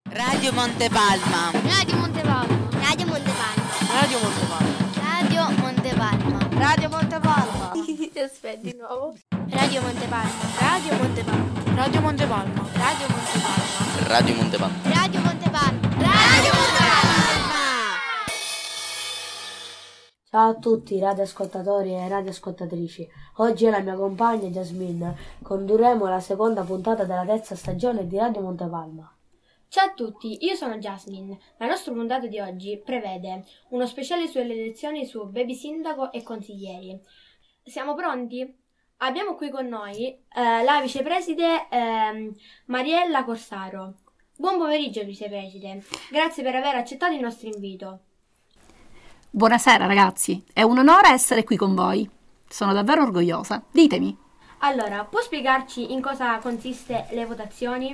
Radio Montepalma. Radio Montepalma. Radio Montepalma. Radio Montepalma. Radio Montepalma. Radio Montepalma. Aspetta di nuovo. Radio Montepalma. Radio Montepalma. Radio Montepalma. Radio Montepalma. Radio Montepalma. Radio Montepalma. Radio Montepalma. Ciao a tutti radioascoltatori e radioascoltatrici. Oggi è la mia compagna Jasmine. Condurremo la seconda puntata della terza stagione di Radio Montepalma. Ciao a tutti, io sono Jasmine. La nostra puntata di oggi prevede uno speciale sulle elezioni su baby sindaco e consiglieri. Siamo pronti? Abbiamo qui con noi la vicepreside Mariella Corsaro. Buon pomeriggio vicepreside, grazie per aver accettato il nostro invito. Buonasera ragazzi, è un onore essere qui con voi. Sono davvero orgogliosa. Ditemi. Allora, può spiegarci in cosa consiste le votazioni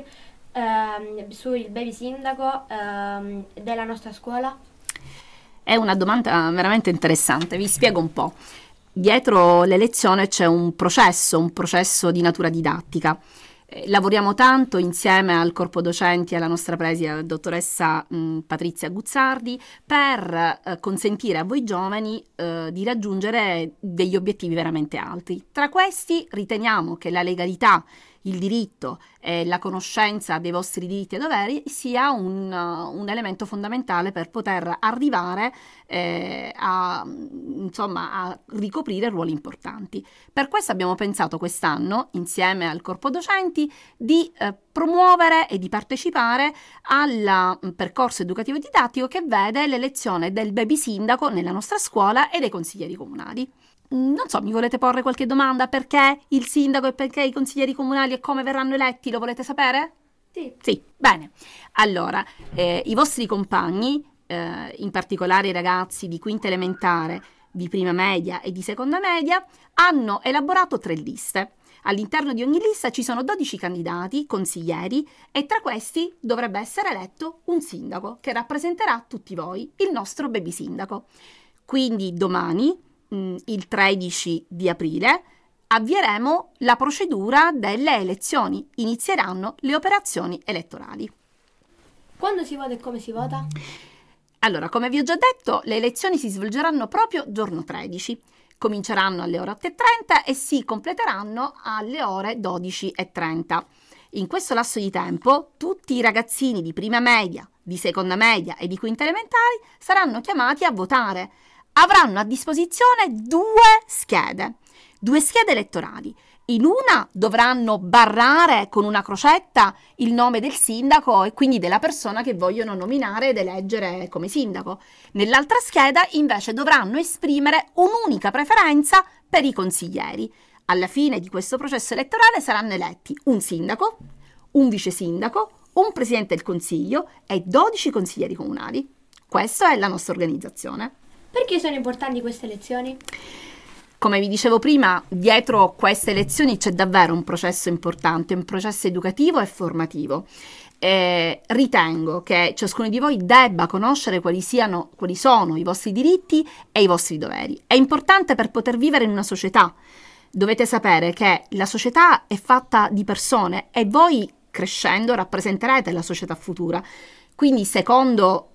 sul baby sindaco della nostra scuola? È una domanda veramente interessante, vi spiego un po'. Dietro l'elezione c'è un processo di natura didattica. Lavoriamo tanto insieme al corpo docenti e alla nostra preside, la dottoressa Patrizia Guzzardi, per consentire a voi giovani di raggiungere degli obiettivi veramente alti. Tra questi riteniamo che la legalità, il diritto e la conoscenza dei vostri diritti e doveri sia un elemento fondamentale per poter arrivare a ricoprire ruoli importanti. Per questo abbiamo pensato quest'anno, insieme al corpo docenti, di promuovere e di partecipare al percorso educativo e didattico che vede l'elezione del baby sindaco nella nostra scuola e dei consiglieri comunali. Non so, mi volete porre qualche domanda? Perché il sindaco e perché i consiglieri comunali e come verranno eletti? Lo volete sapere? Sì, bene. Allora, i vostri compagni, in particolare i ragazzi di quinta elementare, di prima media e di seconda media, hanno elaborato 3 liste. All'interno di ogni lista ci sono 12 candidati, consiglieri, e tra questi dovrebbe essere eletto un sindaco che rappresenterà tutti voi, il nostro baby sindaco. Quindi domani, il 13 di aprile, avvieremo la procedura delle elezioni. Inizieranno le operazioni elettorali. Quando si vota e come si vota? Allora, come vi ho già detto, le elezioni si svolgeranno proprio giorno 13. Cominceranno alle ore 8:30 e si completeranno alle ore 12:30. In questo lasso di tempo, tutti i ragazzini di prima media, di seconda media e di quinta elementari saranno chiamati a votare. Avranno a disposizione 2 schede elettorali. In una dovranno barrare con una crocetta il nome del sindaco e quindi della persona che vogliono nominare ed eleggere come sindaco. Nell'altra scheda invece dovranno esprimere un'unica preferenza per i consiglieri. Alla fine di questo processo elettorale saranno eletti un sindaco, un vice sindaco, un presidente del consiglio e 12 consiglieri comunali. Questa è la nostra organizzazione. Perché sono importanti queste elezioni? Come vi dicevo prima, dietro queste elezioni c'è davvero un processo importante, un processo educativo e formativo. Ritengo che ciascuno di voi debba conoscere quali sono i vostri diritti e i vostri doveri. È importante per poter vivere in una società. Dovete sapere che la società è fatta di persone e voi, crescendo, rappresenterete la società futura. Quindi, secondo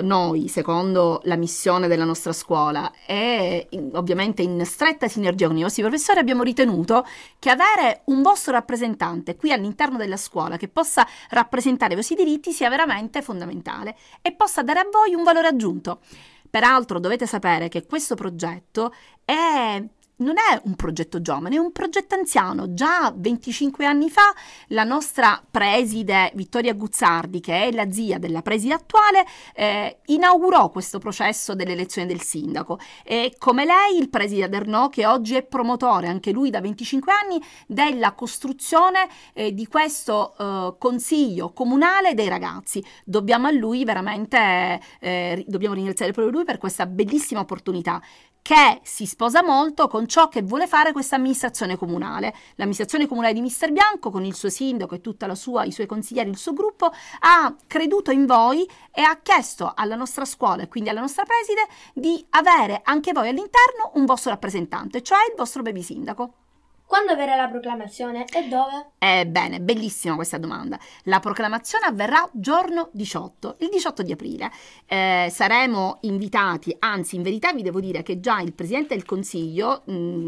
la missione della nostra scuola e ovviamente in stretta sinergia con i vostri professori, abbiamo ritenuto che avere un vostro rappresentante qui all'interno della scuola che possa rappresentare i vostri diritti sia veramente fondamentale e possa dare a voi un valore aggiunto. Peraltro dovete sapere che questo progetto non è un progetto giovane, è un progetto anziano. Già 25 anni fa la nostra preside Vittoria Guzzardi, che è la zia della preside attuale, inaugurò questo processo dell'elezione del sindaco e come lei il preside Adernò, che oggi è promotore anche lui da 25 anni della costruzione di questo consiglio comunale dei ragazzi. Dobbiamo a lui veramente dobbiamo ringraziare proprio lui per questa bellissima opportunità, che si sposa molto con ciò che vuole fare questa amministrazione comunale. L'amministrazione comunale di Mister Bianco, con il suo sindaco e tutta i suoi consiglieri, il suo gruppo, ha creduto in voi e ha chiesto alla nostra scuola e quindi alla nostra preside di avere anche voi all'interno un vostro rappresentante, cioè il vostro baby sindaco. Quando avverrà la proclamazione e dove? Bene, bellissima questa domanda. La proclamazione avverrà giorno 18, il 18 di aprile. Saremo invitati, anzi in verità vi devo dire che già il Presidente del Consiglio,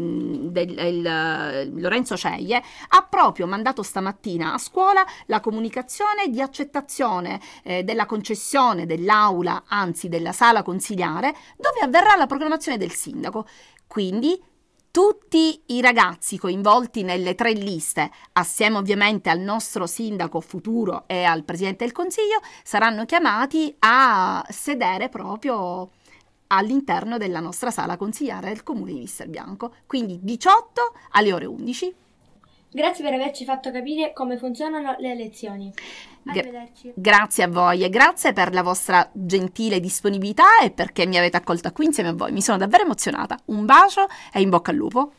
Lorenzo Ceglie, ha proprio mandato stamattina a scuola la comunicazione di accettazione della concessione dell'aula, anzi della sala consiliare, dove avverrà la proclamazione del sindaco. Quindi tutti i ragazzi coinvolti nelle 3 liste, assieme ovviamente al nostro sindaco futuro e al Presidente del Consiglio, saranno chiamati a sedere proprio all'interno della nostra sala consigliare del Comune di Visserbianco. Quindi 18 alle ore 11. Grazie per averci fatto capire come funzionano le elezioni. Arrivederci. Grazie a voi e grazie per la vostra gentile disponibilità e perché mi avete accolta qui insieme a voi. Mi sono davvero emozionata. Un bacio e in bocca al lupo.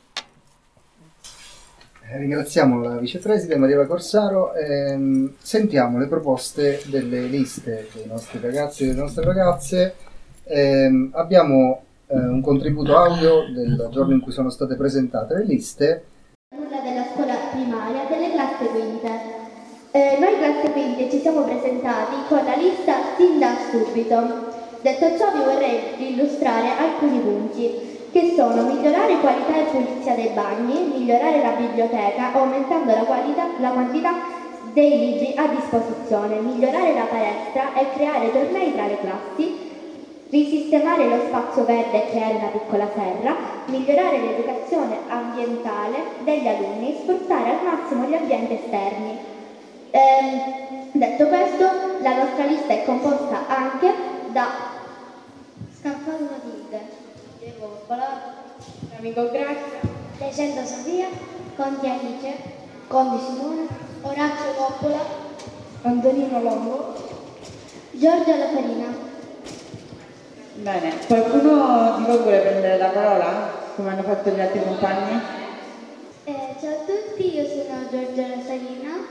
Ringraziamo la vicepresidente Maria Corsaro. Sentiamo le proposte delle liste dei nostri ragazzi e delle nostre ragazze. Abbiamo un contributo audio del giorno in cui sono state presentate le liste. Della scuola primaria delle classi quinte. Noi classe quinte ci siamo presentati con la lista sin da subito. Detto ciò vi vorrei illustrare alcuni punti che sono migliorare qualità e pulizia dei bagni, migliorare la biblioteca aumentando la quantità dei libri a disposizione, migliorare la palestra e creare tornei tra le classi, risistemare lo spazio verde e creare una piccola serra, migliorare l'educazione ambientale degli alunni, sfruttare al massimo gli ambienti esterni. Detto questo, la nostra lista è composta anche da Scaffale Matilde, Diego Balato, Amico Grazia, Legenda Sofia, Conti Alice, Conti Simone, Orazio Coppola, Antonino Longo, Giorgio La Farina. Bene, qualcuno di voi vuole prendere la parola, come hanno fatto gli altri compagni? Ciao a tutti, io sono Giorgia La Farina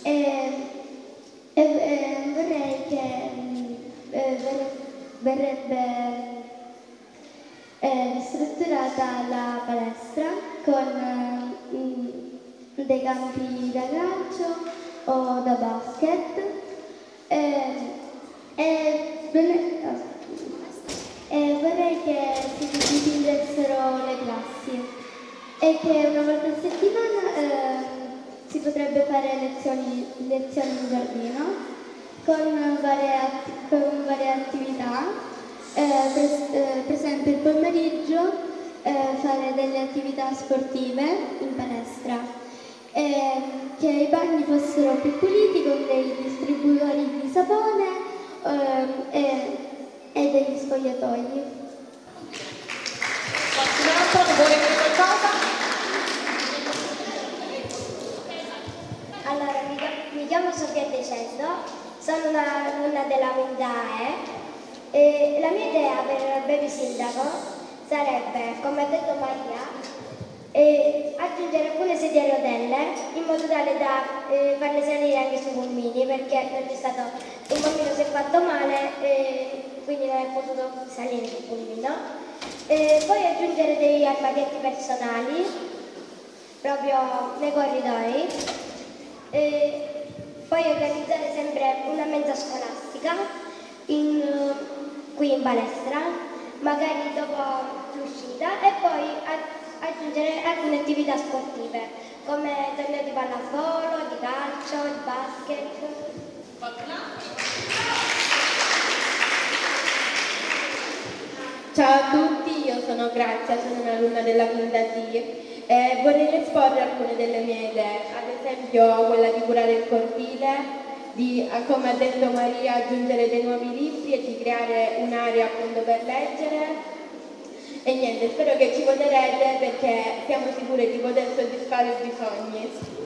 e vorrei che verrebbe strutturata la palestra con dei campi da calcio o da basket e vorrei che si dividessero le classi e che una volta a settimana si potrebbe fare lezioni in giardino con varie attività, per esempio il pomeriggio fare delle attività sportive in palestra, che i bagni fossero più puliti con dei distributori di sapone e degli spogliatoi. Qualcun altro vuole dire qualcosa? Allora, mi chiamo Sofia De Cendo, sono una alunna della quinta E e la mia idea per il baby sindaco sarebbe, come ha detto Maria, aggiungere alcune sedie a rotelle in modo tale da farle salire anche sui pulmini, perché non c'è stato un bambino si è fatto male quindi non è potuto salire sul pulmino. Poi aggiungere dei armadietti personali proprio nei corridoi. Poi organizzare sempre una mensa scolastica qui in palestra, magari dopo l'uscita, e poi aggiungere alcune attività sportive come torneo di pallavolo, di calcio, di basket. Ciao a tutti, io sono Grazia, sono un'alunna della quinta D. Vorrei esporre alcune delle mie idee, ad esempio quella di curare il cortile, di, come ha detto Maria, aggiungere dei nuovi libri e di creare un'area appunto per leggere. E niente, spero che ci voterete perché siamo sicure di poter soddisfare i bisogni.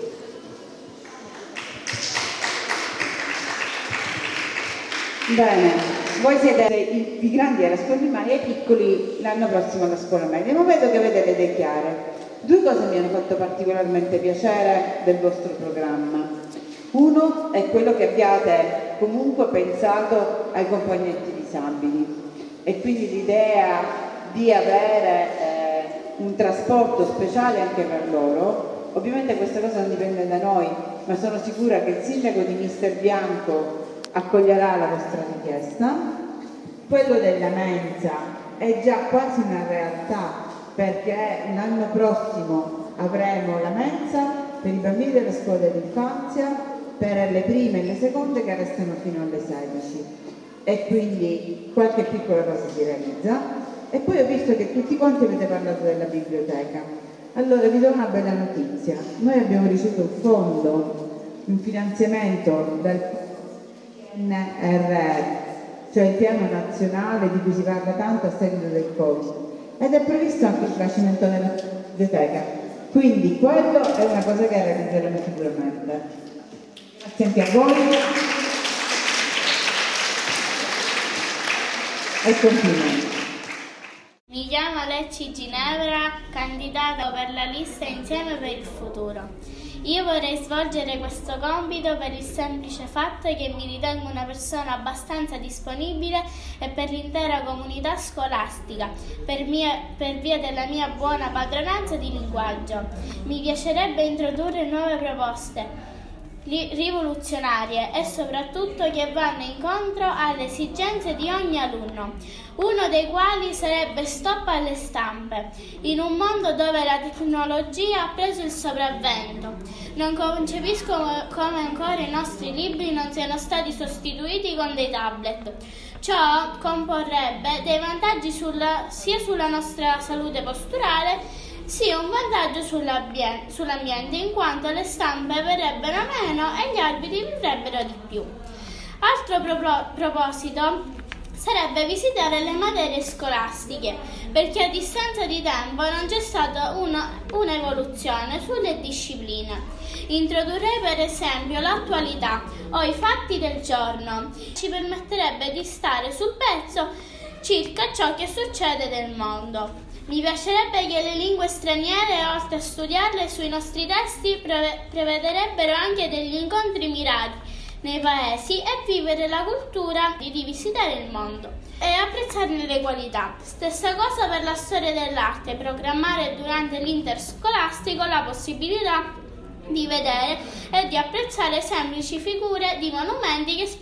Bene, voi siete i più grandi alla scuola primaria e i piccoli l'anno prossimo alla scuola media, ma vedo che avete le idee chiare. 2 cose mi hanno fatto particolarmente piacere del vostro programma. Uno è quello che abbiate comunque pensato ai compagnetti disabili e quindi l'idea di avere un trasporto speciale anche per loro ovviamente questa cosa non dipende da noi, ma sono sicura che il sindaco di Mister Bianco accoglierà la vostra richiesta. Quello della mensa è già quasi una realtà, perché l'anno prossimo avremo la mensa per i bambini delle scuole d'infanzia, per le prime e le seconde che restano fino alle 16, e quindi qualche piccola cosa si realizza. E poi ho visto che tutti quanti avete parlato della biblioteca. Allora vi do una bella notizia: noi abbiamo ricevuto un fondo, un finanziamento dal PNRR, cioè il piano nazionale di cui si parla tanto a seguito del Covid, ed è previsto anche il trascinamento della biblioteca, quindi quello è una cosa che realizzeremo sicuramente. Grazie anche a voi e complimenti. Mi chiamo Lecci Ginevra, candidata per la lista Insieme per il Futuro. Io vorrei svolgere questo compito per il semplice fatto che mi ritengo una persona abbastanza disponibile e per l'intera comunità scolastica, per via della mia buona padronanza di linguaggio. Mi piacerebbe introdurre nuove proposte rivoluzionarie e soprattutto che vanno incontro alle esigenze di ogni alunno, uno dei quali sarebbe stop alle stampe, in un mondo dove la tecnologia ha preso il sopravvento. Non concepisco come ancora i nostri libri non siano stati sostituiti con dei tablet. Ciò comporrebbe dei vantaggi sia sulla nostra salute posturale sia un vantaggio sull'ambiente, in quanto le stampe verrebbero meno e gli alberi vivrebbero di più. Altro proposito sarebbe visitare le materie scolastiche, perché a distanza di tempo non c'è stata un'evoluzione sulle discipline. Introdurrei per esempio l'attualità o i fatti del giorno, ci permetterebbe di stare sul pezzo circa ciò che succede nel mondo. Mi piacerebbe che le lingue straniere, oltre a studiarle sui nostri testi, prevederebbero anche degli incontri mirati nei paesi e vivere la cultura di visitare il mondo e apprezzarne le qualità. Stessa cosa per la storia dell'arte, programmare durante l'interscolastico la possibilità di vedere e di apprezzare semplici figure di monumenti che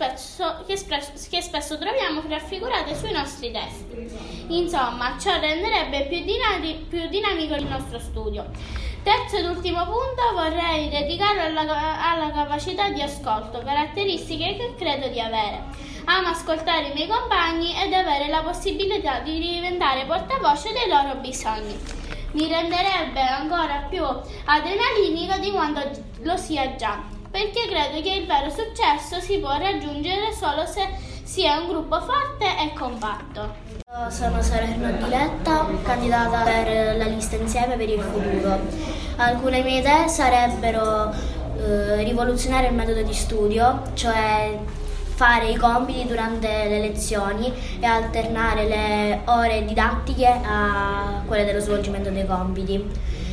spesso troviamo raffigurate sui nostri testi. Insomma, ciò renderebbe più dinamico il nostro studio. Terzo ed ultimo punto vorrei dedicarlo alla capacità di ascolto, caratteristiche che credo di avere. Amo ascoltare i miei compagni ed avere la possibilità di diventare portavoce dei loro bisogni. Mi renderebbe ancora più adrenalinico di quanto lo sia già, perché credo che il vero successo si può raggiungere solo se si è un gruppo forte e compatto. Sono Salerno Diletta, candidata per la lista Insieme per il Futuro. Alcune mie idee sarebbero rivoluzionare il metodo di studio, cioè fare i compiti durante le lezioni e alternare le ore didattiche a quelle dello svolgimento dei compiti.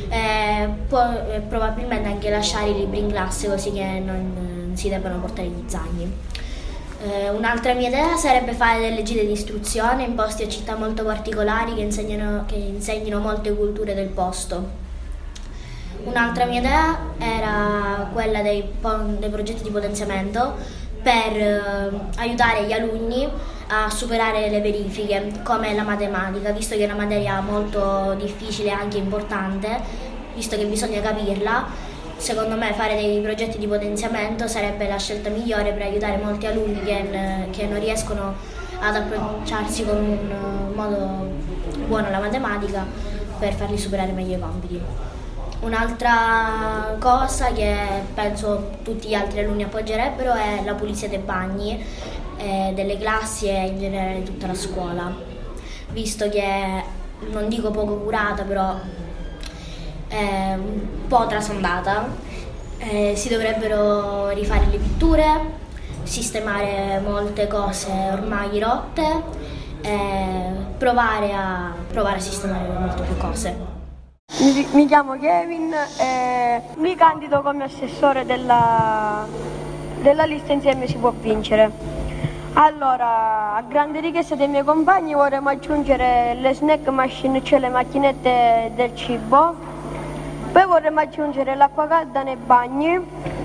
Probabilmente anche lasciare i libri in classe così che non si debbano portare gli zaini. Un'altra mia idea sarebbe fare delle gite di istruzione in posti e città molto particolari che insegnino molte culture del posto. Un'altra mia idea era quella dei progetti di potenziamento per aiutare gli alunni a superare le verifiche, come la matematica, visto che è una materia molto difficile e anche importante, visto che bisogna capirla. Secondo me fare dei progetti di potenziamento sarebbe la scelta migliore per aiutare molti alunni che non riescono ad approcciarsi con un modo buono alla matematica, per farli superare meglio i compiti. Un'altra cosa che penso tutti gli altri alunni appoggerebbero è la pulizia dei bagni, delle classi e in generale di tutta la scuola, visto che non dico poco curata, però è un po' trasandata. Si dovrebbero rifare le pitture, sistemare molte cose ormai rotte e provare a sistemare molte più cose. Mi chiamo Kevin e mi candido come assessore della lista Insieme si può vincere. Allora, a grande richiesta dei miei compagni vorremmo aggiungere le snack machine, cioè le macchinette del cibo, Poi vorremmo aggiungere l'acqua calda nei bagni,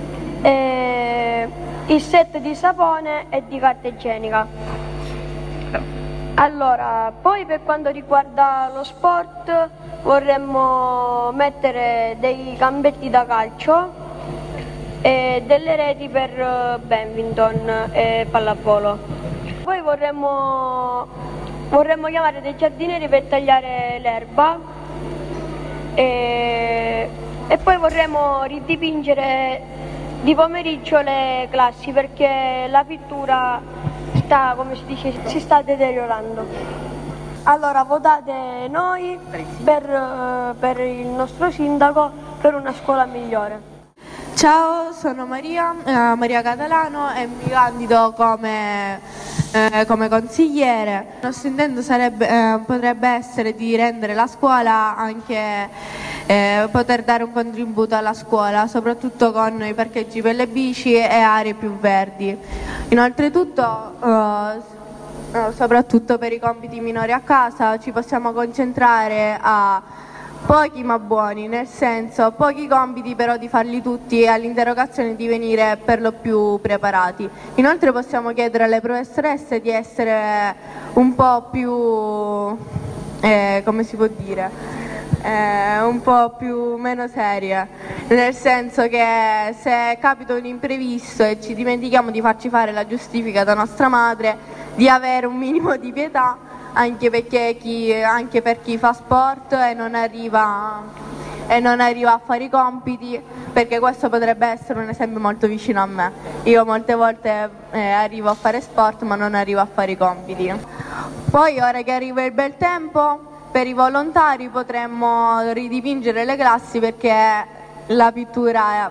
il set di sapone e di carta igienica. Allora, poi per quanto riguarda lo sport vorremmo mettere dei campetti da calcio e delle reti per badminton e pallavolo. Poi vorremmo chiamare dei giardinieri per tagliare l'erba e poi vorremmo ridipingere di pomeriggio le classi perché la pittura sta, come si dice, si sta deteriorando. Allora votate noi per il nostro sindaco per una scuola migliore. Ciao, sono Maria Catalano e mi candido come consigliere. Il nostro intento potrebbe essere di rendere la scuola anche poter dare un contributo alla scuola, soprattutto con i parcheggi per le bici e aree più verdi. Inoltretutto, soprattutto per i compiti minori a casa, ci possiamo concentrare a pochi ma buoni, nel senso pochi compiti però di farli tutti e all'interrogazione di venire per lo più preparati. Inoltre possiamo chiedere alle professoresse di essere un po' più, come si può dire, un po' più meno serie, nel senso che se capita un imprevisto e ci dimentichiamo di farci fare la giustifica da nostra madre, di avere un minimo di pietà anche per chi fa sport e non arriva a fare i compiti, perché questo potrebbe essere un esempio molto vicino a me. Io molte volte arrivo a fare sport ma non arrivo a fare i compiti. Poi ora che arriva il bel tempo, per i volontari potremmo ridipingere le classi perché la pittura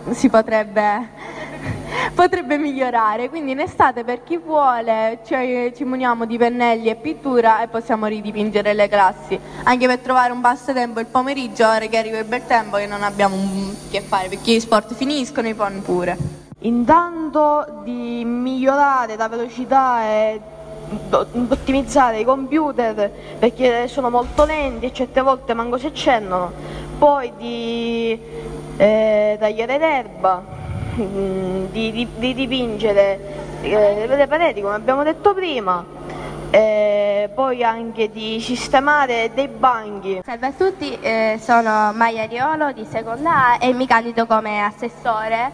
potrebbe migliorare, quindi in estate per chi vuole ci muniamo di pennelli e pittura e possiamo ridipingere le classi, anche per trovare un passatempo il pomeriggio, ora che arriva il bel tempo che non abbiamo che fare perché gli sport finiscono, i pon pure. Intanto di migliorare la velocità e ottimizzare i computer perché sono molto lenti e certe volte manco si accendono, poi di tagliare l'erba, di dipingere le pareti come abbiamo detto prima, poi anche di sistemare dei banchi. Salve a tutti, sono Maia Riolo di seconda A e mi candido come assessore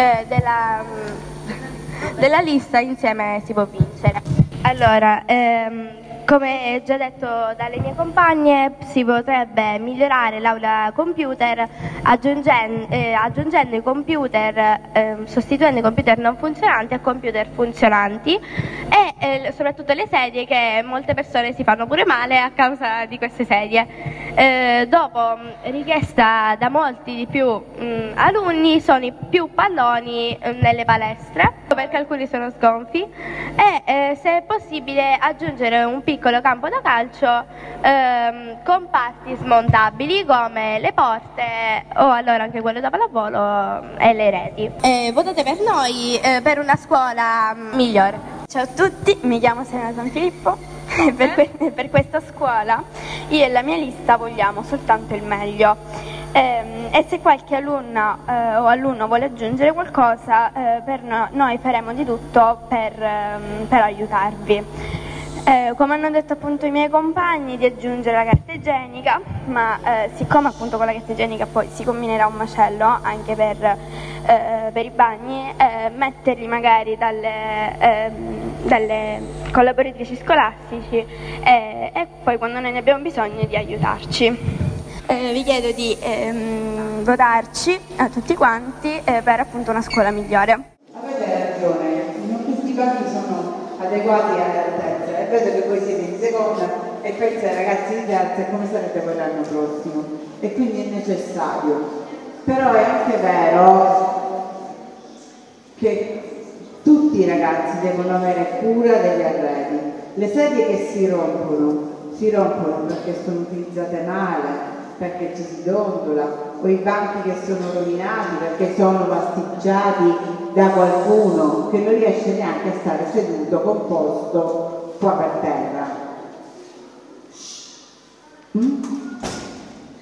della lista Insieme si può vincere. Allora, come già detto dalle mie compagne, si potrebbe migliorare l'aula computer aggiungendo i computer, sostituendo i computer non funzionanti a computer funzionanti e soprattutto le sedie, che molte persone si fanno pure male a causa di queste sedie. Dopo richiesta da molti di più alunni sono i più palloni nelle palestre, perché alcuni sono sgonfi, e se è possibile aggiungere un piccolo campo da calcio con parti smontabili come le porte o allora anche quello da pallavolo e le reti. Votate per noi per una scuola migliore. Ciao a tutti, mi chiamo Serena Sanfilippo e per questa scuola io e la mia lista vogliamo soltanto il meglio. E se qualche alunna o alunno vuole aggiungere qualcosa, noi faremo di tutto per aiutarvi. Come hanno detto appunto i miei compagni, di aggiungere la carta igienica, ma siccome appunto con la carta igienica poi si combinerà un macello anche per i bagni, metterli magari dalle collaboratrici scolastici e poi quando noi ne abbiamo bisogno di aiutarci. Vi chiedo di votarci a tutti quanti per appunto una scuola migliore. Avete ragione, non tutti i banchi sono adeguati alle altezze e vedo che voi siete in seconda e penso ai ragazzi di terza e come sarete poi l'anno prossimo e quindi è necessario. Però è anche vero che tutti i ragazzi devono avere cura degli arredi. Le sedie che si rompono perché sono utilizzate male, perché ci si dondola, o i banchi che sono rovinati perché sono pasticciati da qualcuno che non riesce neanche a stare seduto, composto qua per terra. Anche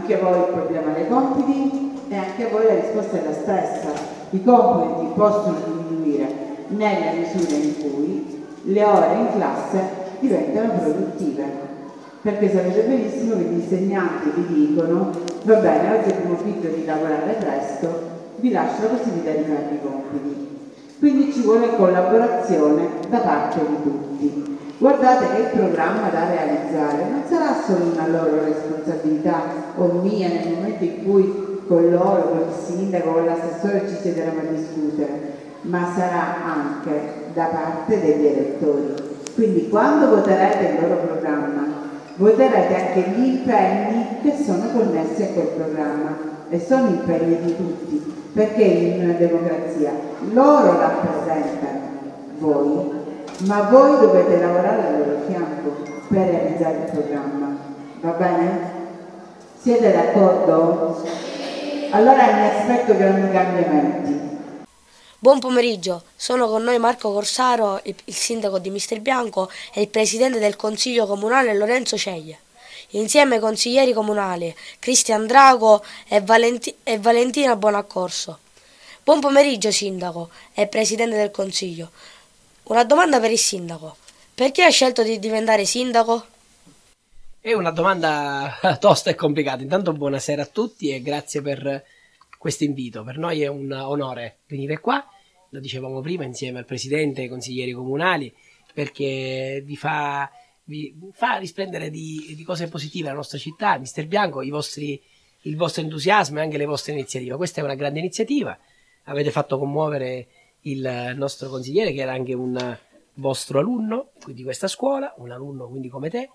anche a voi il problema dei compiti e anche a voi la risposta è la stessa. I compiti possono diminuire nella misura in cui le ore in classe diventano produttive, perché sapete benissimo che gli insegnanti vi dicono: va bene, oggi abbiamo finito di lavorare presto, vi lascio la possibilità di fare i compiti. Quindi ci vuole collaborazione da parte di tutti. Guardate che il programma da realizzare non sarà solo una loro responsabilità o mia nel momento in cui con loro, con il sindaco, con l'assessore ci siederemo a discutere, ma sarà anche da parte degli elettori. Quindi quando voterete il loro programma, voterete anche gli impegni che sono connessi a quel programma e sono impegni di tutti, perché in una democrazia loro rappresentano voi, ma voi dovete lavorare al loro fianco per realizzare il programma. Va bene? Siete d'accordo? Allora mi aspetto grandi cambiamenti. Buon pomeriggio, sono con noi Marco Corsaro, il sindaco di Misterbianco e il presidente del consiglio comunale Lorenzo Ceglie. Insieme ai consiglieri comunali Cristian Drago e Valentina Bonaccorso. Buon pomeriggio sindaco e presidente del consiglio. Una domanda per il sindaco. Perché hai scelto di diventare sindaco? È una domanda tosta e complicata. Intanto buonasera a tutti e grazie per questo invito. Per noi è un onore venire qua, lo dicevamo prima, insieme al presidente e ai consiglieri comunali, perché vi fa risplendere di cose positive la nostra città, Misterbianco, il vostro entusiasmo e anche le vostre iniziative. Questa è una grande iniziativa. Avete fatto commuovere il nostro consigliere, che era anche un vostro alunno di questa scuola, un alunno quindi come te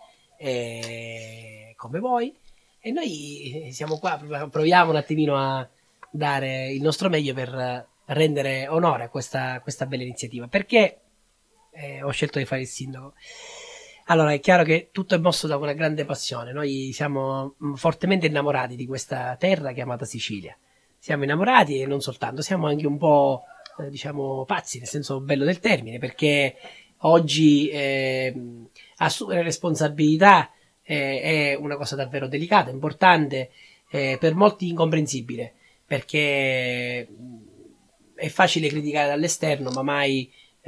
e come voi, e noi siamo qua, proviamo un attimino a dare il nostro meglio per rendere onore a questa bella iniziativa. Perché ho scelto di fare il sindaco? Allora, è chiaro che tutto è mosso da una grande passione. Noi siamo fortemente innamorati di questa terra chiamata Sicilia. Siamo innamorati e non soltanto, siamo anche un po' diciamo pazzi, nel senso bello del termine, perché oggi assumere responsabilità è una cosa davvero delicata, importante, per molti incomprensibile, perché è facile criticare dall'esterno, ma mai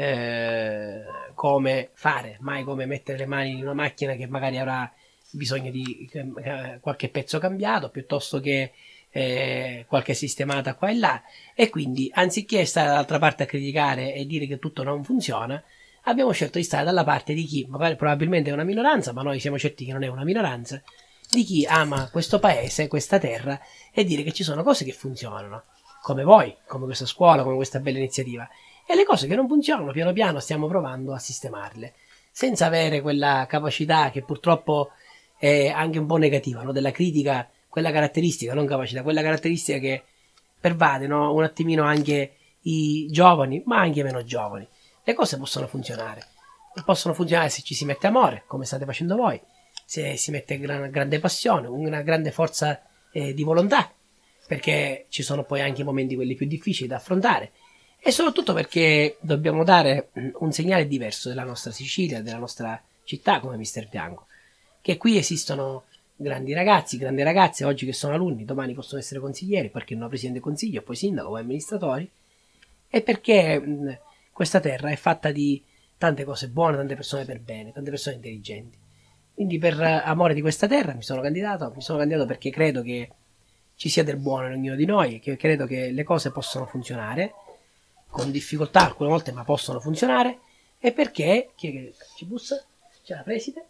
come fare, mai come mettere le mani in una macchina che magari avrà bisogno di qualche pezzo cambiato, piuttosto che qualche sistemata qua e là. E quindi, anziché stare dall'altra parte a criticare e dire che tutto non funziona, abbiamo scelto di stare dalla parte di chi magari probabilmente è una minoranza, ma noi siamo certi che non è una minoranza, di chi ama questo paese, questa terra, e dire che ci sono cose che funzionano, come voi, come questa scuola, come questa bella iniziativa, e le cose che non funzionano piano piano stiamo provando a sistemarle, senza avere quella capacità che purtroppo è anche un po' negativa, no? Della critica, quella caratteristica, non capacità, quella caratteristica che pervade, no? Un attimino anche i giovani, ma anche i meno giovani. Le cose possono funzionare se ci si mette amore, come state facendo voi, se si mette grande passione, una grande forza di volontà, perché ci sono poi anche i momenti quelli più difficili da affrontare, e soprattutto perché dobbiamo dare un segnale diverso della nostra Sicilia, della nostra città come Misterbianco, che qui esistono grandi ragazzi, grandi ragazze, oggi che sono alunni, domani possono essere consiglieri, perché no presidente del consiglio, poi sindaco, poi amministratori, e perché questa terra è fatta di tante cose buone, tante persone per bene, tante persone intelligenti. Quindi per amore di questa terra mi sono candidato perché credo che ci sia del buono in ognuno di noi, che credo che le cose possono funzionare, con difficoltà alcune volte, ma possono funzionare, e perché, chi è che ci bussa? C'è la preside,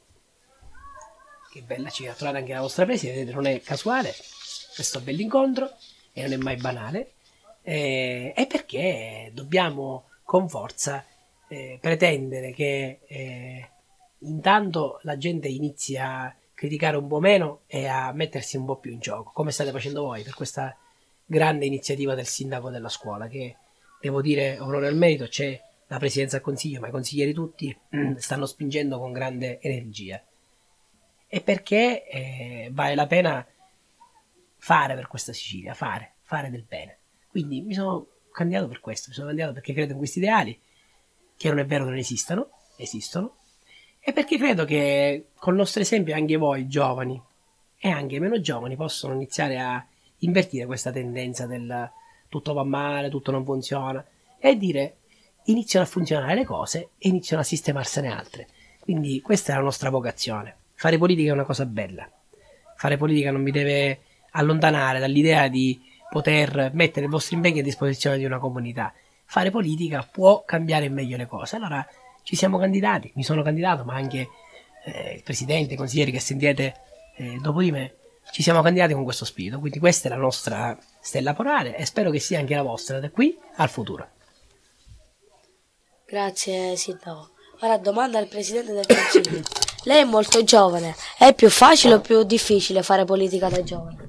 che bella, ci va a trovare anche la vostra preside, vedete, non è casuale questo bell'incontro, e non è mai banale, e perché dobbiamo con forza pretendere che intanto la gente inizi a criticare un po' meno e a mettersi un po' più in gioco, come state facendo voi per questa grande iniziativa del sindaco della scuola, che devo dire, onore al merito, c'è la presidenza del consiglio, ma i consiglieri tutti stanno spingendo con grande energia, e perché vale la pena fare per questa Sicilia, fare del bene. Quindi mi sono candidato per questo, mi sono candidato perché credo in questi ideali, che non è vero che non esistano, esistono, e perché credo che col nostro esempio anche voi giovani e anche meno giovani possono iniziare a invertire questa tendenza del tutto va male, tutto non funziona, e dire iniziano a funzionare le cose e iniziano a sistemarsene altre. Quindi questa è la nostra vocazione. Fare politica è una cosa bella. Fare politica non vi deve allontanare dall'idea di poter mettere il vostro impegno a disposizione di una comunità. Fare politica può cambiare in meglio le cose. Allora ci siamo candidati, mi sono candidato, ma anche il presidente, i consiglieri che sentirete dopo di me, ci siamo candidati con questo spirito. Quindi questa è la nostra stella polare e spero che sia anche la vostra da qui al futuro. Grazie Sindaco. Ora domanda al Presidente del Consiglio. Lei è molto giovane, è più facile o più difficile fare politica da giovane?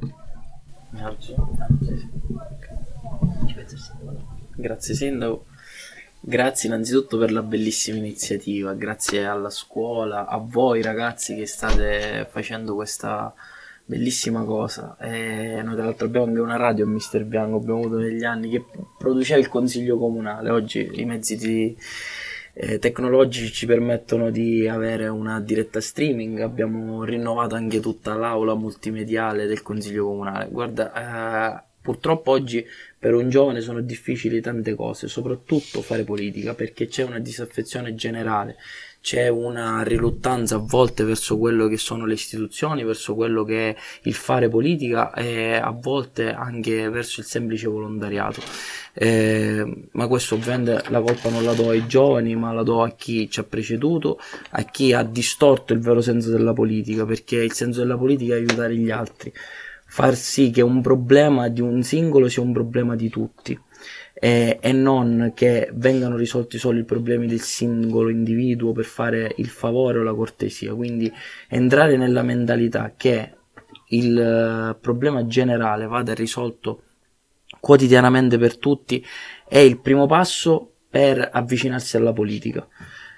Grazie Sindaco, grazie innanzitutto per la bellissima iniziativa, grazie alla scuola, a voi ragazzi che state facendo questa bellissima cosa. E noi tra l'altro abbiamo anche una radio a Mister Bianco, abbiamo avuto negli anni, che produceva il consiglio comunale. Oggi i mezzi tecnologici ci permettono di avere una diretta streaming, abbiamo rinnovato anche tutta l'aula multimediale del consiglio comunale. Guarda, purtroppo oggi per un giovane sono difficili tante cose, soprattutto fare politica, perché c'è una disaffezione generale, c'è una riluttanza a volte verso quello che sono le istituzioni, verso quello che è il fare politica e a volte anche verso il semplice volontariato. Ma questo ovviamente la colpa non la do ai giovani, ma la do a chi ci ha preceduto, a chi ha distorto il vero senso della politica, perché il senso della politica è aiutare gli altri, far sì che un problema di un singolo sia un problema di tutti, e non che vengano risolti solo i problemi del singolo individuo per fare il favore o la cortesia. Quindi entrare nella mentalità che il problema generale vada risolto quotidianamente per tutti è il primo passo per avvicinarsi alla politica.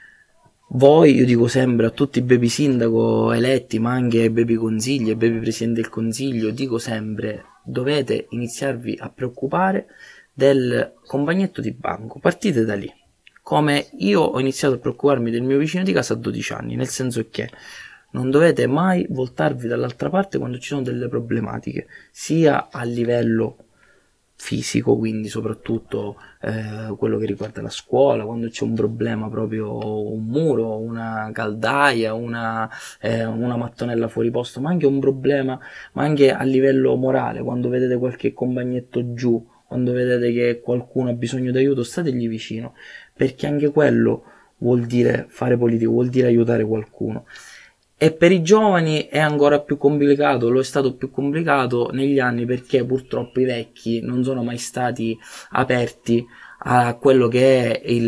Voi, io dico sempre a tutti i baby sindaco eletti, ma anche ai baby consigli, ai baby presidente del consiglio, dico sempre: dovete iniziarvi a preoccupare del compagnetto di banco, partite da lì. Come io ho iniziato a preoccuparmi del mio vicino di casa a 12 anni, nel senso che non dovete mai voltarvi dall'altra parte quando ci sono delle problematiche, sia a livello fisico, quindi soprattutto quello che riguarda la scuola, quando c'è un problema, proprio un muro, una caldaia, una mattonella fuori posto, ma anche un problema, ma anche a livello morale, quando vedete qualche compagnetto giù, quando vedete che qualcuno ha bisogno di aiuto, stategli vicino, perché anche quello vuol dire fare politica, vuol dire aiutare qualcuno. E per i giovani è ancora più complicato, lo è stato più complicato negli anni, perché purtroppo i vecchi non sono mai stati aperti a quello che è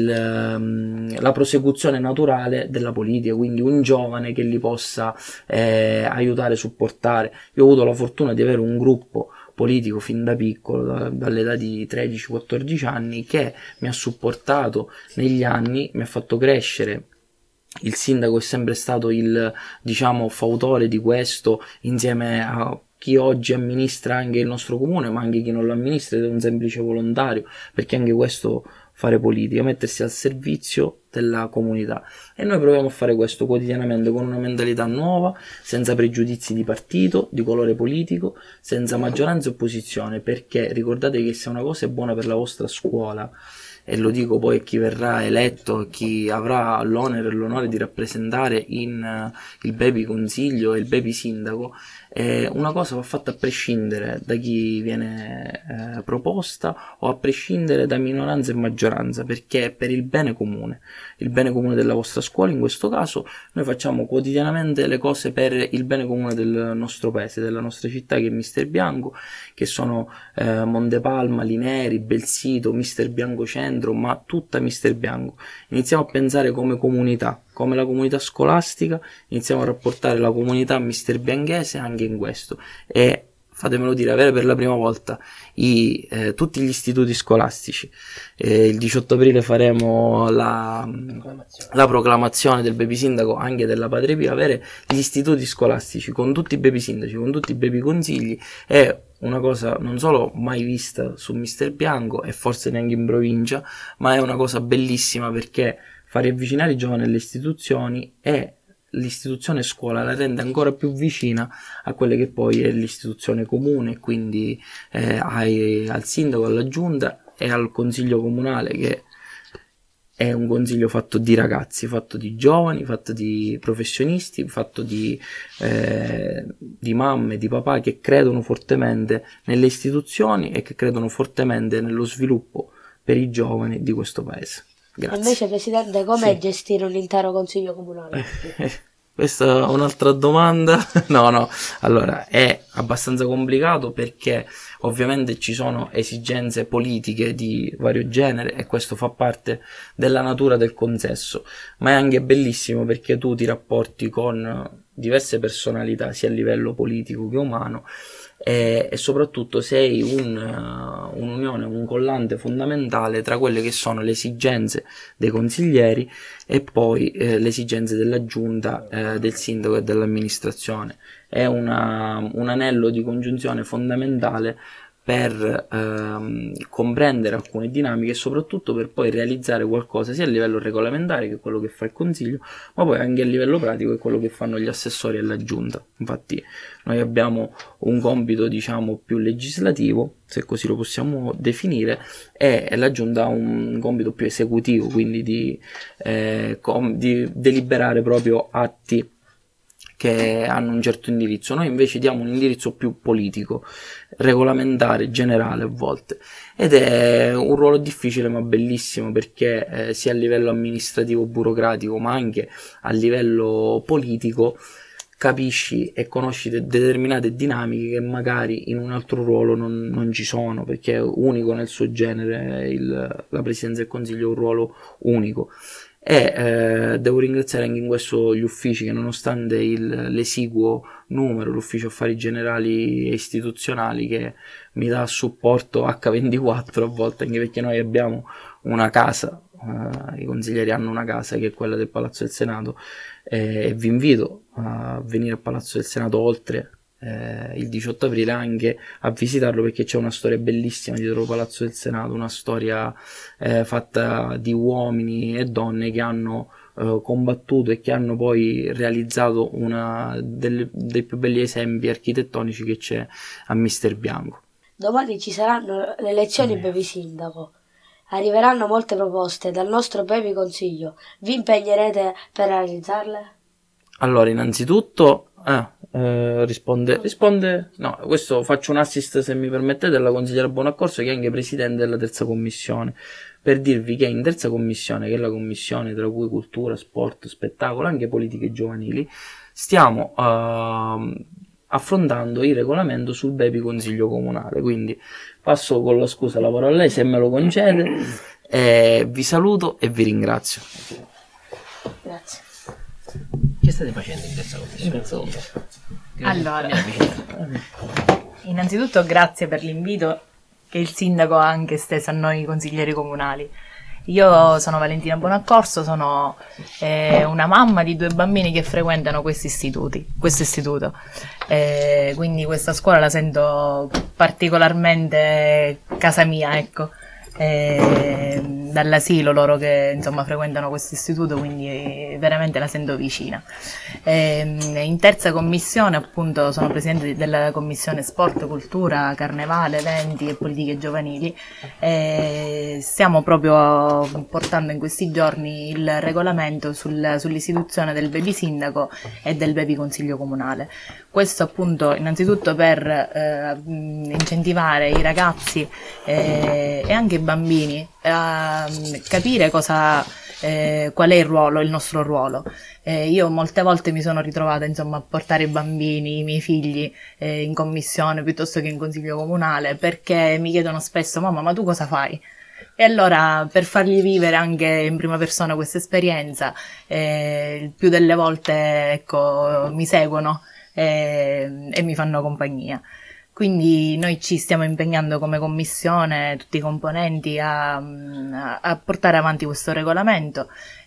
la prosecuzione naturale della politica, quindi un giovane che li possa aiutare, supportare. Io ho avuto la fortuna di avere un gruppo politico fin da piccolo, dall'età di 13-14 anni, che mi ha supportato negli anni, mi ha fatto crescere. Il sindaco è sempre stato il, fautore di questo, insieme a chi oggi amministra anche il nostro comune, ma anche chi non lo amministra ed è un semplice volontario, perché anche questo fare politica, mettersi al servizio della comunità. E noi proviamo a fare questo quotidianamente con una mentalità nuova, senza pregiudizi di partito, di colore politico, senza maggioranza e opposizione, perché ricordate che se una cosa è buona per la vostra scuola, e lo dico poi a chi verrà eletto, chi avrà l'onere e l'onore di rappresentare in il baby consiglio e il baby sindaco, una cosa va fatta a prescindere da chi viene proposta o a prescindere da minoranza e maggioranza, perché è per il bene comune della vostra scuola. In questo caso noi facciamo quotidianamente le cose per il bene comune del nostro paese, della nostra città, che è Mister Bianco, che sono Montepalma, Lineri, Belsito, Mister Bianco Centro, ma tutta Mister Bianco. Iniziamo a pensare come comunità, come la comunità scolastica, iniziamo a rapportare la comunità mister bianchese anche in questo, e fatemelo dire, avere per la prima volta tutti gli istituti scolastici. Il 18 aprile faremo la proclamazione del baby sindaco, anche della Padre Pio. Avere gli istituti scolastici con tutti i baby sindaci, con tutti i baby consigli, è una cosa non solo mai vista su Mister Bianco e forse neanche in provincia, ma è una cosa bellissima, perché far riavvicinare i giovani alle istituzioni è l'istituzione scuola la rende ancora più vicina a quelle che poi è l'istituzione comune, quindi al sindaco, alla giunta e al consiglio comunale, che è un consiglio fatto di ragazzi, fatto di giovani, fatto di professionisti, fatto di mamme, di papà che credono fortemente nelle istituzioni e che credono fortemente nello sviluppo per i giovani di questo paese. Grazie. Invece, Presidente, com'è Sì. gestire un intero consiglio comunale? Questa è un'altra domanda. No, allora è abbastanza complicato perché ovviamente ci sono esigenze politiche di vario genere e questo fa parte della natura del consesso, ma è anche bellissimo perché tu ti rapporti con diverse personalità sia a livello politico che umano e soprattutto sei un'unione, un collante fondamentale tra quelle che sono le esigenze dei consiglieri e poi le esigenze della giunta, del sindaco e dell'amministrazione. È un anello di congiunzione fondamentale per comprendere alcune dinamiche e soprattutto per poi realizzare qualcosa sia a livello regolamentare, che è quello che fa il Consiglio, ma poi anche a livello pratico, che è quello che fanno gli assessori e la Giunta. Infatti noi abbiamo un compito, diciamo, più legislativo, se così lo possiamo definire, e la Giunta ha un compito più esecutivo, quindi di deliberare proprio atti che hanno un certo indirizzo. Noi invece diamo un indirizzo più politico, regolamentare, generale a volte, ed è un ruolo difficile ma bellissimo perché sia a livello amministrativo burocratico ma anche a livello politico capisci e conosci determinate dinamiche che magari in un altro ruolo non ci sono, perché è unico nel suo genere. La Presidenza del Consiglio è un ruolo unico. E devo ringraziare anche in questo gli uffici che, nonostante l'esiguo numero, l'ufficio affari generali e istituzionali, che mi dà supporto H24 a volte, anche perché noi abbiamo una casa, i consiglieri hanno una casa che è quella del Palazzo del Senato, e vi invito a venire al Palazzo del Senato oltre il 18 aprile anche a visitarlo, perché c'è una storia bellissima dietro il Palazzo del Senato, una storia fatta di uomini e donne che hanno combattuto e che hanno poi realizzato dei più belli esempi architettonici che c'è a Mister Bianco. Domani ci saranno le elezioni Baby Sindaco. Arriveranno molte proposte dal nostro Baby Consiglio. Vi impegnerete per realizzarle? Allora, innanzitutto risponde no, questo faccio un assist, se mi permettete, alla consigliera Buonaccorso, che è anche presidente della terza commissione, per dirvi che in terza commissione, che è la commissione tra cui cultura, sport, spettacolo, anche politiche giovanili, stiamo affrontando il regolamento sul Baby Consiglio Comunale. Quindi passo con la scusa la parola a lei, se me lo concede, vi saluto e vi ringrazio. Grazie. Che state facendo in terza commissione? Allora, innanzitutto grazie per l'invito che il sindaco ha anche steso a noi consiglieri comunali. Io sono Valentina Buonaccorso, sono una mamma di 2 bambini che frequentano questo istituto, quindi questa scuola la sento particolarmente casa mia, ecco. Dall'asilo loro che insomma frequentano questo istituto, quindi veramente la sento vicina. In terza commissione appunto sono presidente della commissione sport, cultura, carnevale, eventi e politiche giovanili. Stiamo proprio portando in questi giorni il regolamento sull'istituzione del Baby Sindaco e del Baby Consiglio Comunale. Questo appunto innanzitutto per incentivare i ragazzi e anche i bambini a capire qual è il nostro ruolo. Io molte volte mi sono ritrovata insomma a portare i bambini, i miei figli in commissione piuttosto che in consiglio comunale, perché mi chiedono spesso: mamma, ma tu cosa fai? E allora, per fargli vivere anche in prima persona questa esperienza, il più delle volte ecco, mi seguono e mi fanno compagnia. Quindi noi ci stiamo impegnando come commissione, tutti i componenti, a portare avanti questo regolamento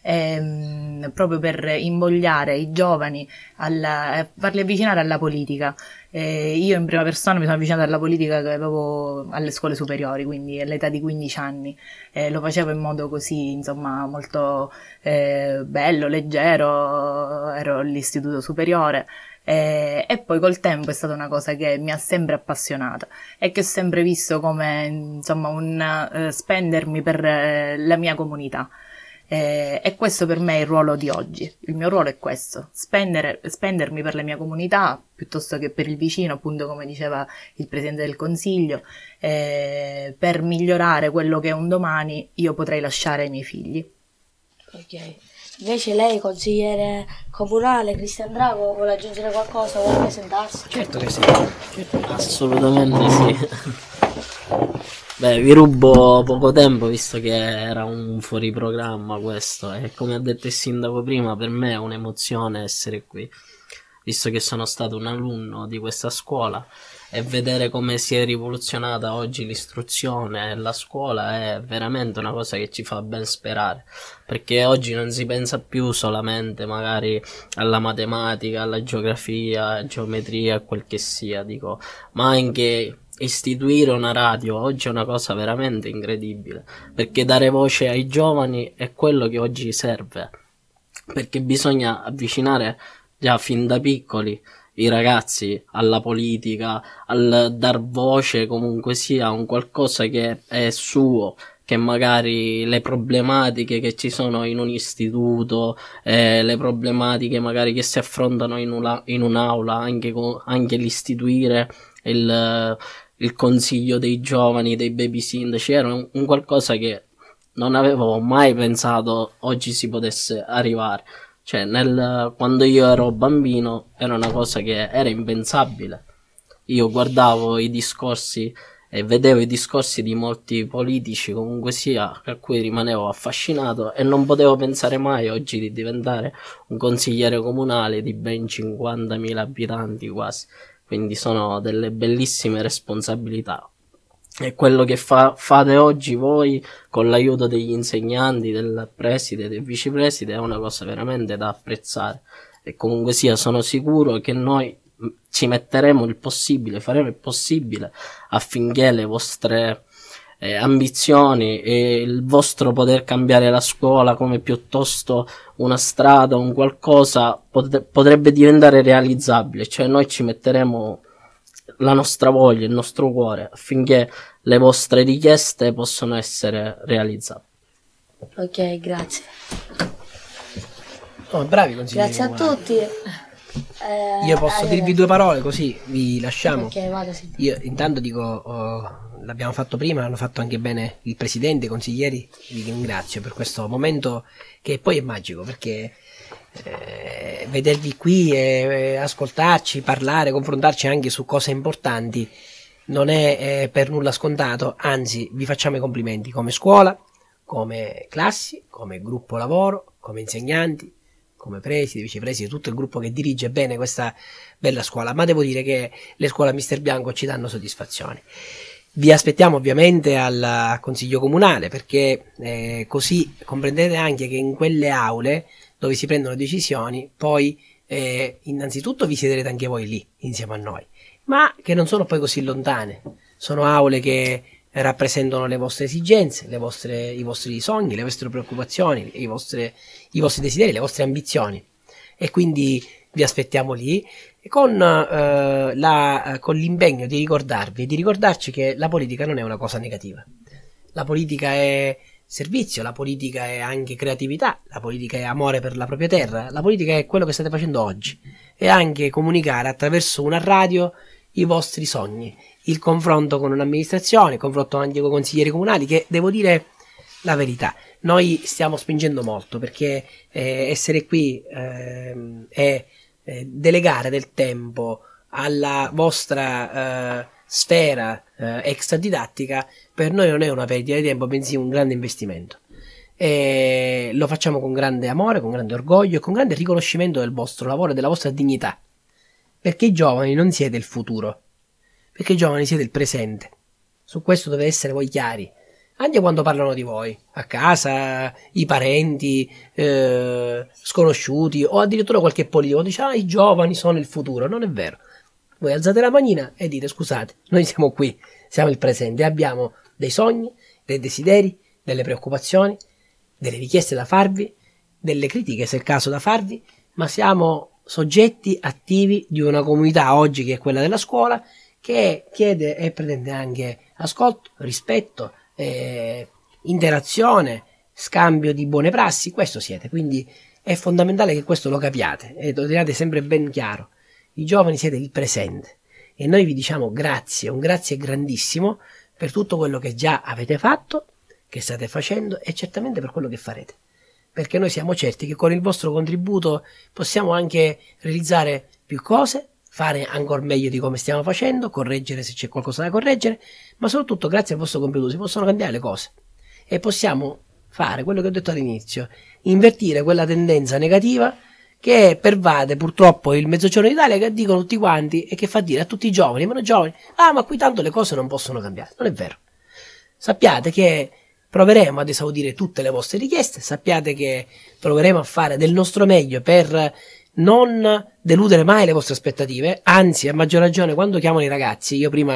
proprio per invogliare i giovani, farli avvicinare alla politica. Io in prima persona mi sono avvicinata alla politica che avevo alle scuole superiori, quindi all'età di 15 anni. Lo facevo in modo così, insomma, molto bello, leggero, ero all'istituto superiore. E poi col tempo è stata una cosa che mi ha sempre appassionata e che ho sempre visto come, insomma, un spendermi per la mia comunità. E questo per me è il ruolo di oggi. Il mio ruolo è questo: spendermi per la mia comunità piuttosto che per il vicino, appunto, come diceva il Presidente del Consiglio, per migliorare quello che un domani io potrei lasciare ai miei figli. Ok. Invece lei, consigliere comunale Cristian Drago, vuole aggiungere qualcosa? Vuole presentarsi? Certo che sì. Assolutamente sì. Beh, vi rubo poco tempo visto che era un fuori programma questo, e come ha detto il sindaco prima, per me è un'emozione essere qui, visto che sono stato un alunno di questa scuola, e vedere come si è rivoluzionata oggi l'istruzione e la scuola è veramente una cosa che ci fa ben sperare, perché oggi non si pensa più solamente magari alla matematica, alla geografia, geometria, quel che sia, dico, ma anche istituire una radio oggi è una cosa veramente incredibile, perché dare voce ai giovani è quello che oggi serve, perché bisogna avvicinare già fin da piccoli i ragazzi alla politica, al dar voce comunque sia a un qualcosa che è suo, che magari le problematiche che ci sono in un istituto, le problematiche magari che si affrontano in un'aula, anche l'istituire il consiglio dei giovani, dei baby sindaci, era un qualcosa che non avevo mai pensato oggi si potesse arrivare. Cioè, quando io ero bambino era una cosa che era impensabile. Io guardavo i discorsi e vedevo i discorsi di molti politici, comunque sia, a cui rimanevo affascinato, e non potevo pensare mai oggi di diventare un consigliere comunale di ben 50.000 abitanti quasi. Quindi sono delle bellissime responsabilità. E quello che fate oggi voi con l'aiuto degli insegnanti, del preside, del vicepreside, è una cosa veramente da apprezzare, e comunque sia sono sicuro che noi ci metteremo il possibile, faremo il possibile affinché le vostre ambizioni e il vostro poter cambiare la scuola come piuttosto una strada, un qualcosa potrebbe diventare realizzabile. Cioè noi ci metteremo la nostra voglia, il nostro cuore, affinché le vostre richieste possano essere realizzate. Ok, grazie. Oh, bravi consiglieri. Grazie a tutti. Io posso dirvi due parole così vi lasciamo. Ok, vado, sì. Io intanto dico, l'abbiamo fatto prima, l'hanno fatto anche bene il presidente, i consiglieri, vi ringrazio per questo momento che poi è magico, perché vedervi qui e ascoltarci, parlare, confrontarci anche su cose importanti non è per nulla scontato, anzi vi facciamo i complimenti come scuola, come classi, come gruppo lavoro, come insegnanti, come presidi, vicepresidi, tutto il gruppo che dirige bene questa bella scuola. Ma devo dire che le scuole a Mister Bianco ci danno soddisfazione. Vi aspettiamo ovviamente al Consiglio Comunale, perché così comprendete anche che in quelle aule dove si prendono decisioni, poi innanzitutto vi siederete anche voi lì insieme a noi, ma che non sono poi così lontane. Sono aule che rappresentano le vostre esigenze, i vostri sogni, le vostre preoccupazioni, i vostri desideri, le vostre ambizioni, e quindi vi aspettiamo lì con l'impegno di ricordarci che la politica non è una cosa negativa. La politica è servizio, la politica è anche creatività, la politica è amore per la propria terra, la politica è quello che state facendo oggi, e anche comunicare attraverso una radio i vostri sogni, il confronto con un'amministrazione, il confronto anche con i consiglieri comunali, che devo dire la verità, noi stiamo spingendo molto, perché essere qui e delegare del tempo alla vostra sfera extradidattica per noi non è una perdita di tempo, bensì un grande investimento, e lo facciamo con grande amore, con grande orgoglio e con grande riconoscimento del vostro lavoro e della vostra dignità, perché i giovani non siete il futuro, perché i giovani siete il presente. Su questo dovete essere voi chiari, anche quando parlano di voi, a casa, i parenti, sconosciuti, o addirittura qualche politico dice i giovani sono il futuro. Non è vero. Voi alzate la manina e dite scusate, noi siamo qui, siamo il presente, abbiamo dei sogni, dei desideri, delle preoccupazioni, delle richieste da farvi, delle critiche se è il caso da farvi, ma siamo soggetti attivi di una comunità oggi che è quella della scuola, che chiede e pretende anche ascolto, rispetto, interazione, scambio di buone prassi. Questo siete, quindi è fondamentale che questo lo capiate e lo teniate sempre ben chiaro. I giovani siete il presente e noi vi diciamo grazie, un grazie grandissimo per tutto quello che già avete fatto, che state facendo e certamente per quello che farete, perché noi siamo certi che con il vostro contributo possiamo anche realizzare più cose, fare ancora meglio di come stiamo facendo, correggere se c'è qualcosa da correggere, ma soprattutto grazie al vostro contributo si possono cambiare le cose e possiamo fare quello che ho detto all'inizio, invertire quella tendenza negativa che pervade purtroppo il Mezzogiorno d'Italia, che dicono tutti quanti e che fa dire a tutti i giovani, meno giovani, ma qui tanto le cose non possono cambiare. Non è vero. Sappiate che proveremo ad esaudire tutte le vostre richieste, sappiate che proveremo a fare del nostro meglio per non deludere mai le vostre aspettative, anzi a maggior ragione quando chiamano i ragazzi. Io prima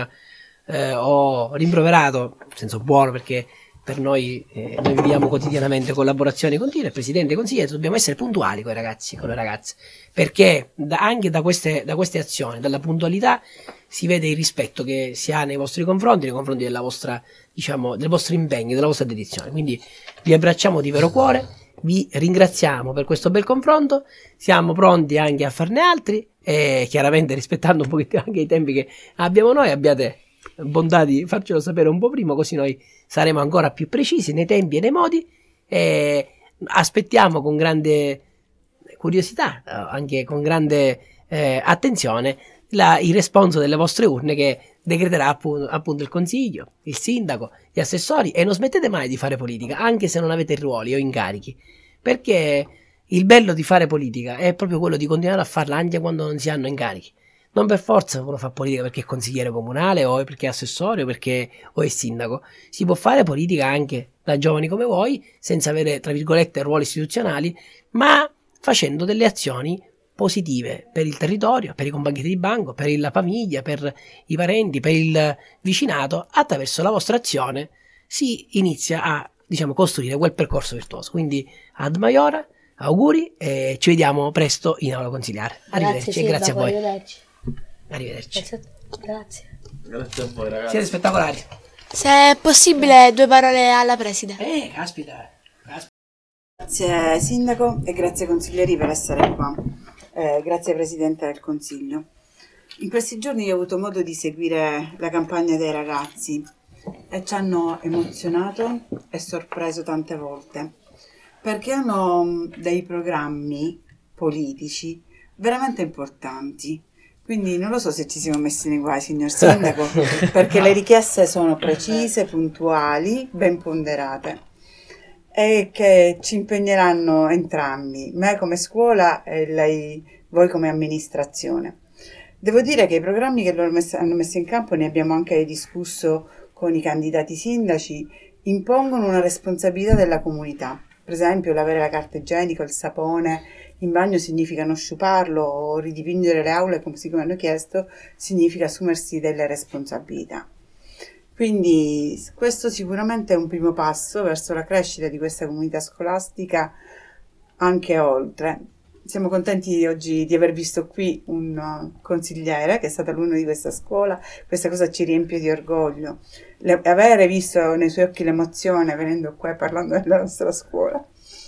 ho rimproverato, in senso buono, perché per noi viviamo quotidianamente collaborazioni continue, presidente e consigliere, dobbiamo essere puntuali con i ragazzi, con le ragazze, perché anche da queste azioni, dalla puntualità, si vede il rispetto che si ha nei vostri confronti, nei confronti della vostra, del vostro impegno, della vostra dedizione. Quindi vi abbracciamo di vero cuore, vi ringraziamo per questo bel confronto, siamo pronti anche a farne altri e chiaramente rispettando un pochettino anche i tempi che abbiamo noi. Abbiate bontà di farcelo sapere un po' prima, così noi saremo ancora più precisi nei tempi e nei modi, e aspettiamo con grande curiosità, anche con grande attenzione, il responso delle vostre urne che decreterà appunto il consiglio, il sindaco, gli assessori. E non smettete mai di fare politica, anche se non avete ruoli o incarichi, perché il bello di fare politica è proprio quello di continuare a farla anche quando non si hanno incarichi. Non per forza uno fa politica perché è consigliere comunale o perché è assessore o è sindaco. Si può fare politica anche da giovani come voi, senza avere, tra virgolette, ruoli istituzionali, ma facendo delle azioni positive per il territorio, per i compagni di banco, per la famiglia, per i parenti, per il vicinato. Attraverso la vostra azione si inizia a, costruire quel percorso virtuoso. Quindi ad Maiora, auguri e ci vediamo presto in aula consigliare. Arrivederci, grazie a voi. Arrivederci. Grazie. Grazie a voi ragazzi. Siete spettacolari. Se è possibile 2 parole alla preside. Caspita. Grazie sindaco e grazie consiglieri per essere qua. Grazie Presidente del Consiglio. In questi giorni ho avuto modo di seguire la campagna dei ragazzi e ci hanno emozionato e sorpreso tante volte, perché hanno dei programmi politici veramente importanti. Quindi non lo so se ci siamo messi nei guai, signor Sindaco, perché le richieste sono precise, puntuali, ben ponderate e che ci impegneranno entrambi, me come scuola e voi come amministrazione. Devo dire che i programmi che hanno messo in campo, ne abbiamo anche discusso con i candidati sindaci, impongono una responsabilità della comunità. Per esempio l'avere la carta igienica, il sapone in bagno significa non sciuparlo, o ridipingere le aule come hanno chiesto significa assumersi delle responsabilità. Quindi questo sicuramente è un primo passo verso la crescita di questa comunità scolastica anche oltre. Siamo contenti oggi di aver visto qui un consigliere che è stato alunno di questa scuola. Questa cosa ci riempie di orgoglio. Avere visto nei suoi occhi l'emozione venendo qua e parlando della nostra scuola.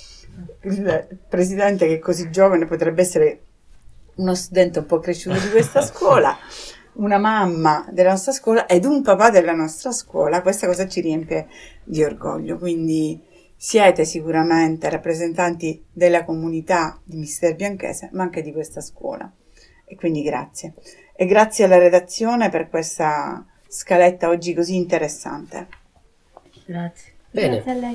Il presidente, che è così giovane, potrebbe essere uno studente un po' cresciuto di questa scuola, una mamma della nostra scuola ed un papà della nostra scuola. Questa cosa ci riempie di orgoglio. Quindi siete sicuramente rappresentanti della comunità di Mister Bianchese, ma anche di questa scuola. E quindi grazie. E grazie alla redazione per questa scaletta oggi così interessante. Grazie. Bene. Grazie a lei.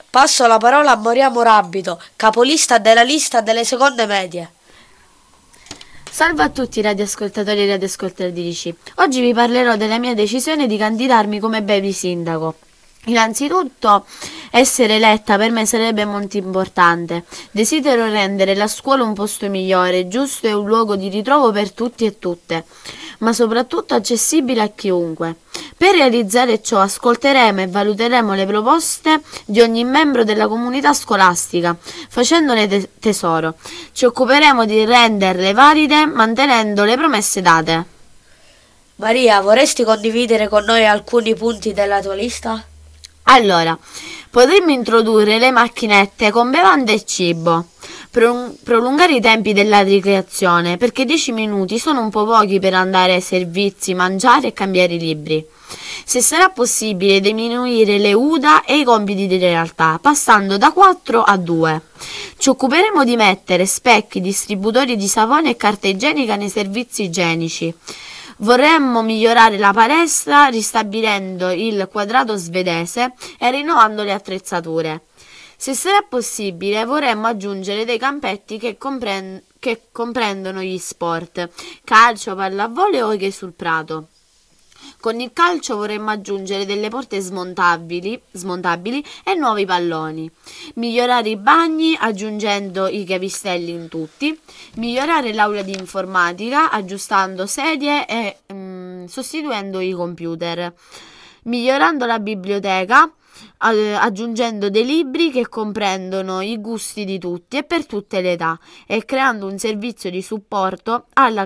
Passo la parola a Maria Morabito, capolista della lista delle seconde medie. Salve a tutti radioascoltatori e radioascoltatrici. Oggi vi parlerò della mia decisione di candidarmi come baby sindaco. Innanzitutto, essere eletta per me sarebbe molto importante. Desidero rendere la scuola un posto migliore, giusto e un luogo di ritrovo per tutti e tutte, ma soprattutto accessibile a chiunque. Per realizzare ciò ascolteremo e valuteremo le proposte di ogni membro della comunità scolastica, facendone tesoro. Ci occuperemo di renderle valide, mantenendo le promesse date. Maria, vorresti condividere con noi alcuni punti della tua lista? Allora, potremmo introdurre le macchinette con bevande e cibo, prolungare i tempi della ricreazione, perché 10 minuti sono un po' pochi per andare ai servizi, mangiare e cambiare i libri. Se sarà possibile, diminuire le UDA e i compiti di realtà, passando da 4 a 2. Ci occuperemo di mettere specchi, distributori di sapone e carta igienica nei servizi igienici. Vorremmo migliorare la palestra ristabilendo il quadrato svedese e rinnovando le attrezzature. Se sarà possibile, vorremmo aggiungere dei campetti che comprendono gli sport, calcio, pallavolo e hockey sul prato. Con il calcio vorremmo aggiungere delle porte smontabili e nuovi palloni. Migliorare i bagni aggiungendo i capistelli in tutti. Migliorare l'aula di informatica aggiustando sedie e sostituendo i computer. Migliorando la biblioteca aggiungendo dei libri che comprendono i gusti di tutti e per tutte le età e creando un servizio di supporto alla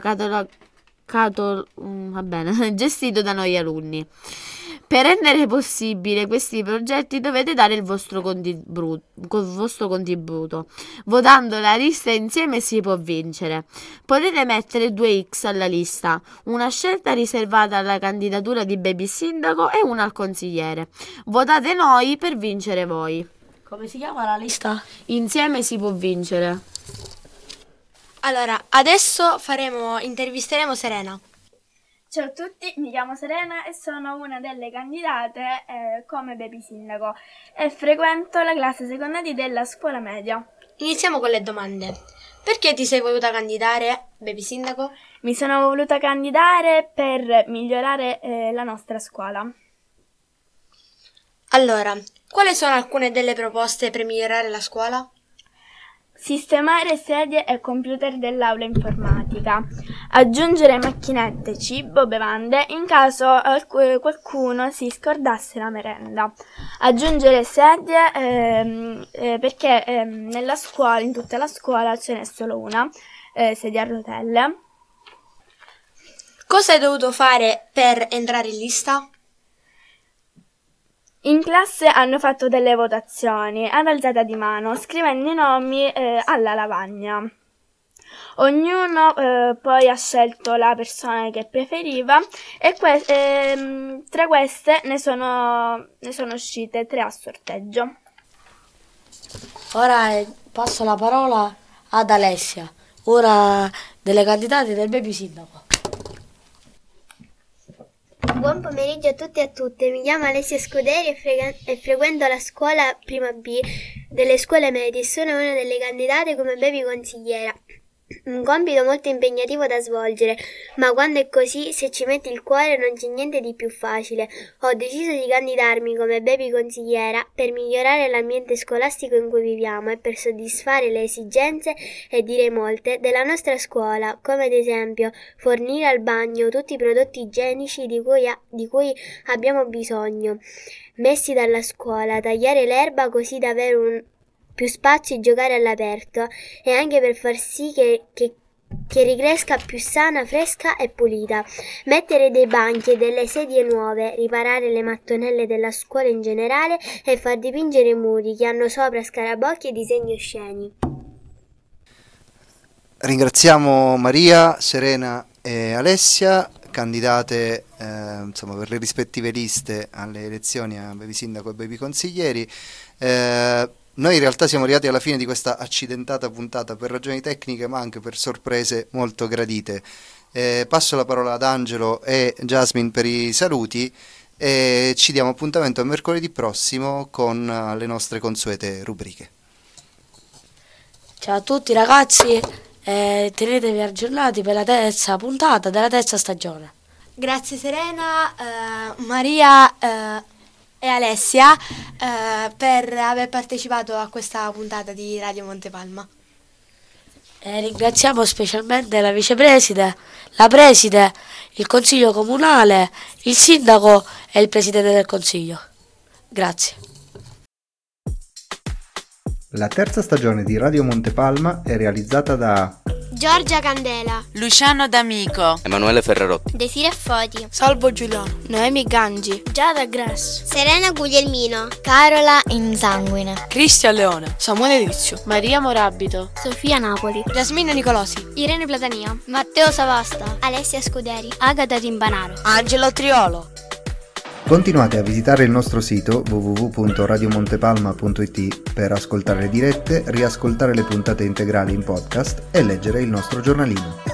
gestito da noi alunni. Per rendere possibile questi progetti dovete dare il vostro contributo. Votando la lista insieme si può vincere. Potete mettere 2 X alla lista, una scelta riservata alla candidatura di baby sindaco e una al consigliere. Votate noi per vincere voi. Come si chiama la lista? Insieme si può vincere. Allora, adesso intervisteremo Serena. Ciao a tutti, mi chiamo Serena e sono una delle candidate come baby sindaco e frequento la classe seconda D della scuola media. Iniziamo con le domande. Perché ti sei voluta candidare, baby sindaco? Mi sono voluta candidare per migliorare la nostra scuola. Allora, quali sono alcune delle proposte per migliorare la scuola? Sistemare sedie e computer dell'aula informatica, aggiungere macchinette, cibo, bevande in caso qualcuno si scordasse la merenda, aggiungere sedie perché nella scuola, in tutta la scuola ce n'è solo una sedia a rotelle. Cosa hai dovuto fare per entrare in lista? In classe hanno fatto delle votazioni ad alzata di mano, scrivendo i nomi alla lavagna. Ognuno poi ha scelto la persona che preferiva e tra queste ne sono uscite 3 a sorteggio. Ora passo la parola ad Alessia, una delle candidate del baby sindaco. Buon pomeriggio a tutti e a tutte, mi chiamo Alessia Scuderi e frequento la scuola prima B delle scuole medie e sono una delle candidate come baby consigliera. Un compito molto impegnativo da svolgere, ma quando è così, se ci metti il cuore non c'è niente di più facile. Ho deciso di candidarmi come baby consigliera per migliorare l'ambiente scolastico in cui viviamo e per soddisfare le esigenze, e direi molte, della nostra scuola, come ad esempio fornire al bagno tutti i prodotti igienici di cui abbiamo bisogno, messi dalla scuola, tagliare l'erba così da avere più spazio e giocare all'aperto, e anche per far sì che ricresca più sana, fresca e pulita, mettere dei banchi e delle sedie nuove, riparare le mattonelle della scuola in generale e far dipingere i muri che hanno sopra scarabocchi e disegni osceni. Ringraziamo Maria, Serena e Alessia, candidate per le rispettive liste alle elezioni a baby sindaco e baby consiglieri. Noi in realtà siamo arrivati alla fine di questa accidentata puntata per ragioni tecniche, ma anche per sorprese molto gradite. Passo la parola ad Angelo e Jasmine per i saluti e ci diamo appuntamento a mercoledì prossimo con le nostre consuete rubriche. Ciao a tutti ragazzi, tenetevi aggiornati per la terza puntata della terza stagione. Grazie Serena, Maria e Alessia per aver partecipato a questa puntata di Radio Montepalma. Ringraziamo specialmente la vicepreside, la preside, il consiglio comunale, il sindaco e il presidente del consiglio. Grazie. La terza stagione di Radio Montepalma è realizzata da Giorgia Candela, Luciano D'Amico, Emanuele Ferrarotti, Desiree Foti, Salvo Giuliano, Noemi Gangi, Giada Grasso, Serena Guglielmino, Carola Insanguine, Cristian Leone, Samuele Rizio, Maria Morabito, Sofia Napoli, Jasmina Nicolosi, Irene Platania, Matteo Savasta, Alessia Scuderi, Agata Timbanaro, Angelo Triolo. Continuate a visitare il nostro sito www.radiomontepalma.it per ascoltare le dirette, riascoltare le puntate integrali in podcast e leggere il nostro giornalino.